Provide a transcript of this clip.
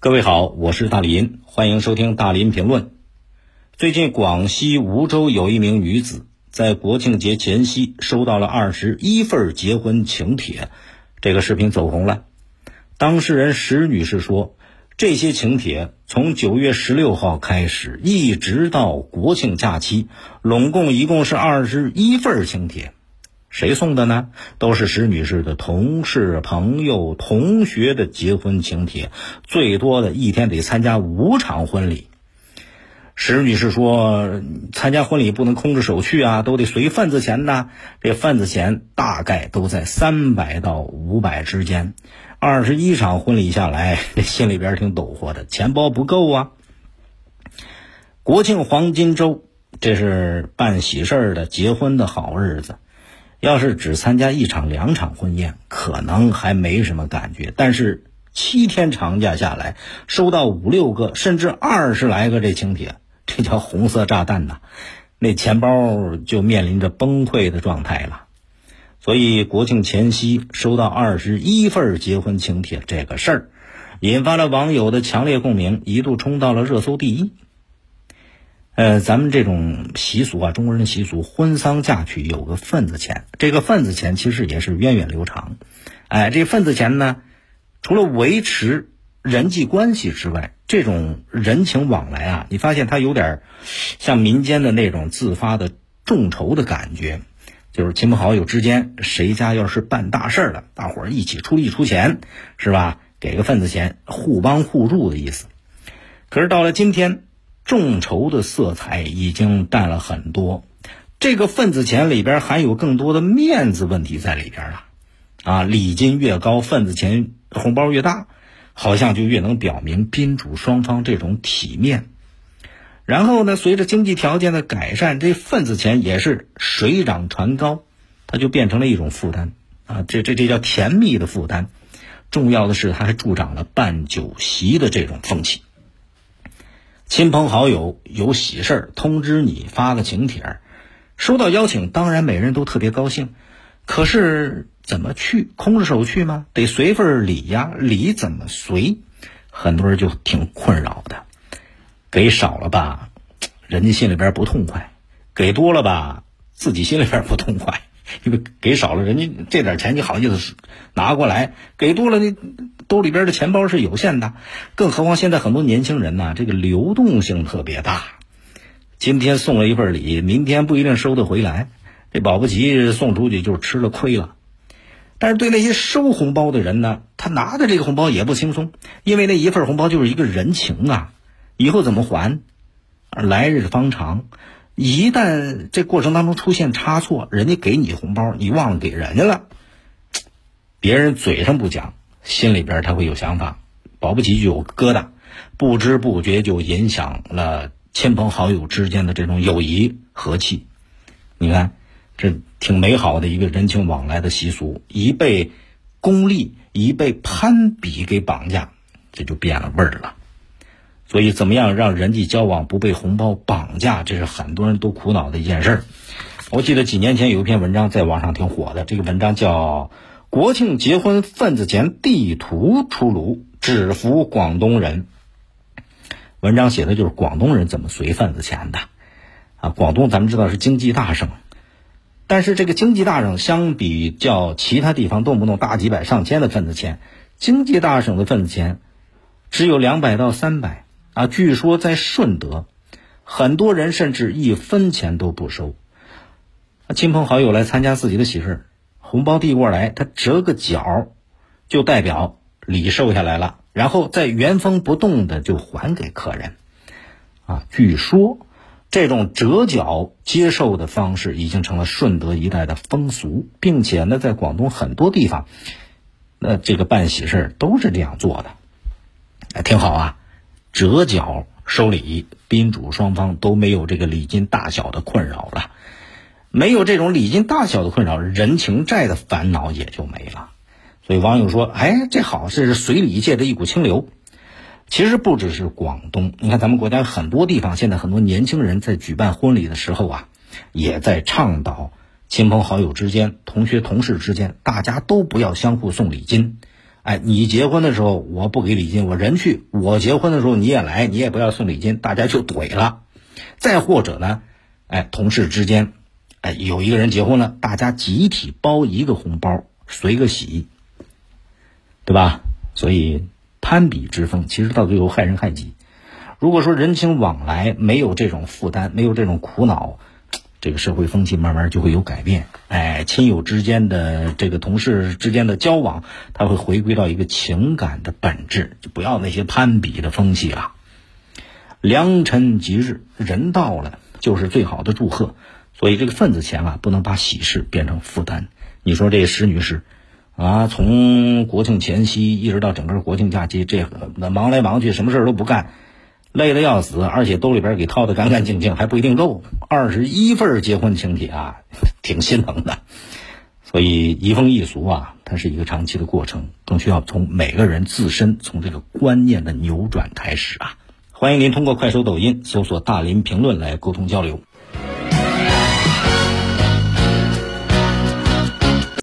各位好，我是大林，欢迎收听大林评论。最近广西梧州有一名女子在国庆节前夕收到了21份结婚请帖，这个视频走红了。当事人石女士说，这些请帖从9月16号开始一直到国庆假期，一共是21份请帖。谁送的呢？都是石女士的同事、朋友、同学的结婚请帖，最多的一天得参加5场婚礼。石女士说，参加婚礼不能空着手去啊，都得随份子钱呐。这份子钱大概都在300到500之间。21场婚礼下来，这心里边挺抖豁的，钱包不够啊。国庆黄金周，这是办喜事的、结婚的好日子。要是只参加1场2场婚宴，可能还没什么感觉，但是7天长假下来，收到5、6个甚至20来个这请帖，这叫红色炸弹呐，那钱包就面临着崩溃的状态了。所以国庆前夕收到21份结婚请帖这个事儿，引发了网友的强烈共鸣，一度冲到了热搜第1。咱们这种习俗啊，中国人的习俗，婚丧嫁娶有个份子钱，这个份子钱其实也是源远流长。这份子钱呢，除了维持人际关系之外，这种人情往来啊，你发现它有点像民间的那种自发的众筹的感觉，就是亲朋好友之间，谁家要是办大事了，大伙儿一起出力出钱，是吧？给个份子钱，互帮互助的意思。可是到了今天，众筹的色彩已经淡了很多，这个份子钱里边还有更多的面子问题在里边了。礼金越高，份子钱红包越大，好像就越能表明宾主双方这种体面。然后呢，随着经济条件的改善，这份子钱也是水涨船高，它就变成了一种负担这叫甜蜜的负担。重要的是，它还助长了办酒席的这种风气。亲朋好友有喜事通知你，发个请帖，收到邀请，当然每人都特别高兴。可是怎么去？空着手去吗？得随份礼呀，礼怎么随？很多人就挺困扰的。给少了吧，人家心里边不痛快；给多了吧，自己心里边不痛快。因为给少了，人家这点钱你好意思拿过来；给多了，你兜里边的钱包是有限的。更何况现在很多年轻人这个流动性特别大，今天送了一份礼，明天不一定收得回来，这保不齐送出去就吃了亏了。但是对那些收红包的人呢，他拿的这个红包也不轻松，因为那一份红包就是一个人情以后怎么还？来日方长。一旦这过程当中出现差错，人家给你红包，你忘了给人家了，别人嘴上不讲，心里边他会有想法，保不齐就有疙瘩，不知不觉就影响了亲朋好友之间的这种友谊和气。你看，这挺美好的一个人情往来的习俗，一被功利，一被攀比给绑架，这就变了味儿了。所以怎么样让人际交往不被红包绑架，这是很多人都苦恼的一件事。我记得几年前有一篇文章在网上挺火的，这个文章叫国庆结婚份子钱地图出炉，指服广东人。文章写的就是广东人怎么随份子钱的广东咱们知道是经济大省，但是这个经济大省相比较其他地方动不动大几百上千的份子钱，经济大省的份子钱只有200到300据说在顺德，很多人甚至1分钱都不收。亲朋好友来参加自己的喜事，红包递过来，他折个角，就代表礼收下来了，然后再原封不动的就还给客人。据说这种折角接受的方式已经成了顺德一带的风俗，并且呢，在广东很多地方，这个办喜事都是这样做的，挺好折角收礼，宾主双方都没有这个礼金大小的困扰了，没有这种礼金大小的困扰，人情债的烦恼也就没了。所以网友说，这好，这是随礼界的一股清流。其实不只是广东，你看咱们国家很多地方，现在很多年轻人在举办婚礼的时候也在倡导亲朋好友之间、同学同事之间，大家都不要相互送礼金， 你结婚的时候我不给礼金，我人去；我结婚的时候你也来，你也不要送礼金，大家就怼了。再或者呢，同事之间，有一个人结婚了，大家集体包一个红包，随个喜，对吧？所以攀比之风其实到最后害人害己。如果说人情往来没有这种负担，没有这种苦恼，这个社会风气慢慢就会有改变。亲友之间的这个同事之间的交往，它会回归到一个情感的本质，就不要那些攀比的风气了。良辰吉日，人到了就是最好的祝贺，所以这个份子钱不能把喜事变成负担。你说这石女士从国庆前夕一直到整个国庆假期，这忙来忙去，什么事都不干，累得要死，而且兜里边给掏得干干净净，还不一定够。21份结婚请帖挺心疼的。所以移风易俗它是一个长期的过程，更需要从每个人自身，从这个观念的扭转开始欢迎您通过快手、抖音搜索大林评论来沟通交流。